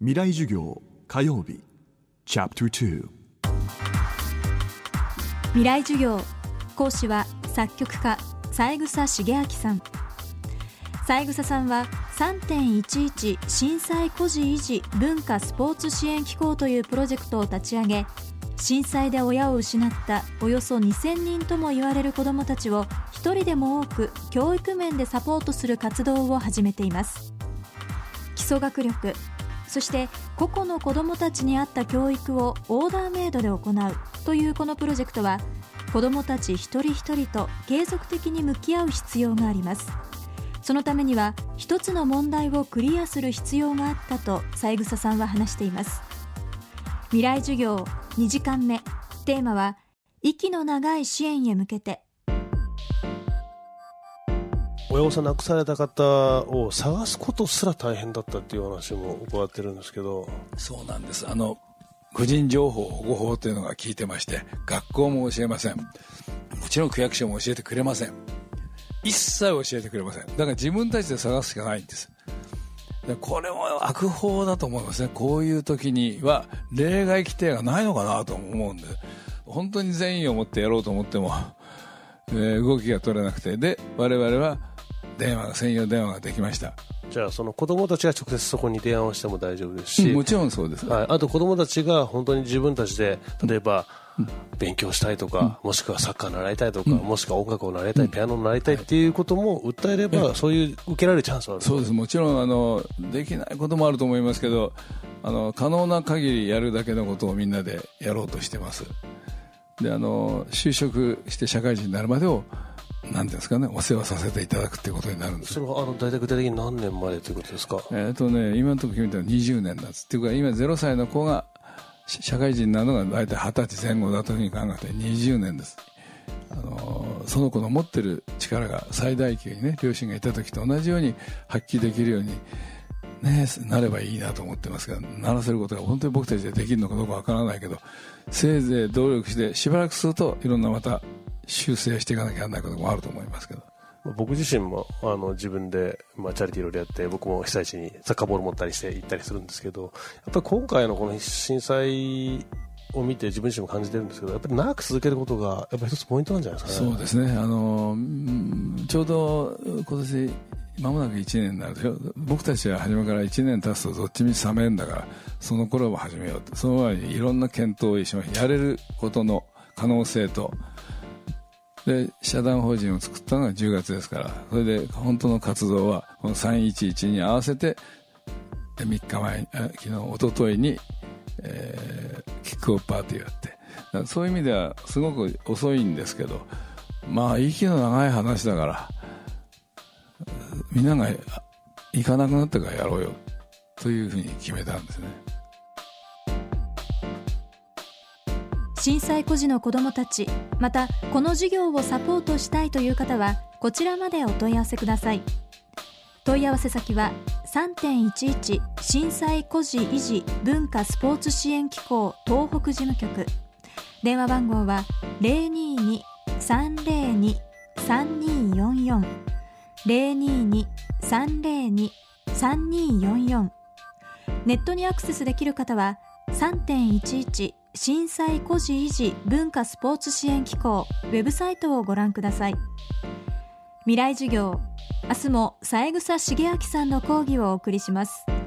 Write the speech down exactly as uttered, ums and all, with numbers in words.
未来授業火曜日チャプターに。 未来授業、講師は作曲家三枝茂明さん。三枝さんは さんてんいちいち 震災孤児維持文化スポーツ支援機構というプロジェクトを立ち上げ、震災で親を失ったおよそにせんにんとも言われる子どもたちを一人でも多く教育面でサポートする活動を始めています。基礎学力、そして個々の子どもたちに合った教育をオーダーメイドで行うというこのプロジェクトは、子どもたち一人一人と継続的に向き合う必要があります。そのためには一つの問題をクリアする必要があったと三枝さんは話しています。未来授業にじかんめ、テーマは息の長い支援へ向けて。 親御さん亡くされた方を探すことすら大変だったっていう話も伺ってるんですけど。 そうなんです。あの個人情報保護法というのが効いてまして、学校も教えません。もちろん区役所も教えてくれません。一切教えてくれません。だから自分たちで探すしかないんです。でこれも悪法だと思いますね。こういう時には例外規定がないのかなと思うんで、本当に善意を持ってやろうと思っても、えー、動きが取れなくて、で我々は電話が専用電話ができました。 じゃあその子どもたちが直接そこに電話をしても大丈夫ですし、 うん、もちろんそうです、 はい、あと子どもたちが本当に自分たちで例えば、うん、勉強したいとか、うん、もしくはサッカー習いたいとか、うん、もしくは音楽を習いたい、うん、ピアノを習いたいっていうことも訴えれば、うん、そういう受けられるチャンスはある。 そうです。もちろんあのできないこともあると思いますけど、あの可能な限りやるだけのことをみんなでやろうとしてます。であの就職して社会人になるまでをなんですかね、お世話させていただくということになるんです。 それはあの大体具体的に何年までということですか。 えーとね、今のところ決めたのはにじゅうねんなんですっていうか、今ゼロさいの子が社会人になるのが大体はたちぜん後だというふうに考えてにじゅうねんです。あのー、その子の持ってる力が最大級にね、両親がいた時と同じように発揮できるように、ね、なればいいなと思ってますが、ならせることが本当に僕たちでできるのかどうかわからないけど、せいぜい努力してしばらくするといろんなまた修正していかなきゃならないこともあると思いますけど、 僕自身もあの自分で、まあ、チャリティーいろいろやって、僕も被災地にサッカーボール持ったりして行ったりするんですけど、やっぱり今回のこの震災を見て自分自身も感じてるんですけど、やっぱり長く続けることがやっぱり一つポイントなんじゃないですかね。 そうですね。あのちょうど今年間もなくいちねんになるでしょ。僕たちは初めからいちねん経つとどっちみち冷めるんだから、その頃も始めようって、その前にいろんな検討をしました。やれることの可能性と、で社団法人を作ったのがじゅうがつですから、それで本当の活動はこのさんいちいちに合わせてみっかまえ、昨日一昨日に、えー、キックオフパーティーがあって、だからそういう意味ではすごく遅いんですけど、まあ息の長い話だからみんなが行かなくなってからやろうよというふうに決めたんですね。 震災孤児の子どもたち、またこの事業をサポートしたいという方はこちらまでお問い合わせください。問い合わせ先は さんてんいちいち 震災孤児維持文化スポーツ支援機構東北事務局、電話番号は ゼロにーに さんゼロに さんにーよんよん ゼロにーに さんゼロに さんにーよんよん。ネットにアクセスできる方は さんてんいちいち震災孤児維持文化スポーツ支援機構ウェブサイトをご覧ください。未来授業、明日も三枝茂明さんの講義をお送りします。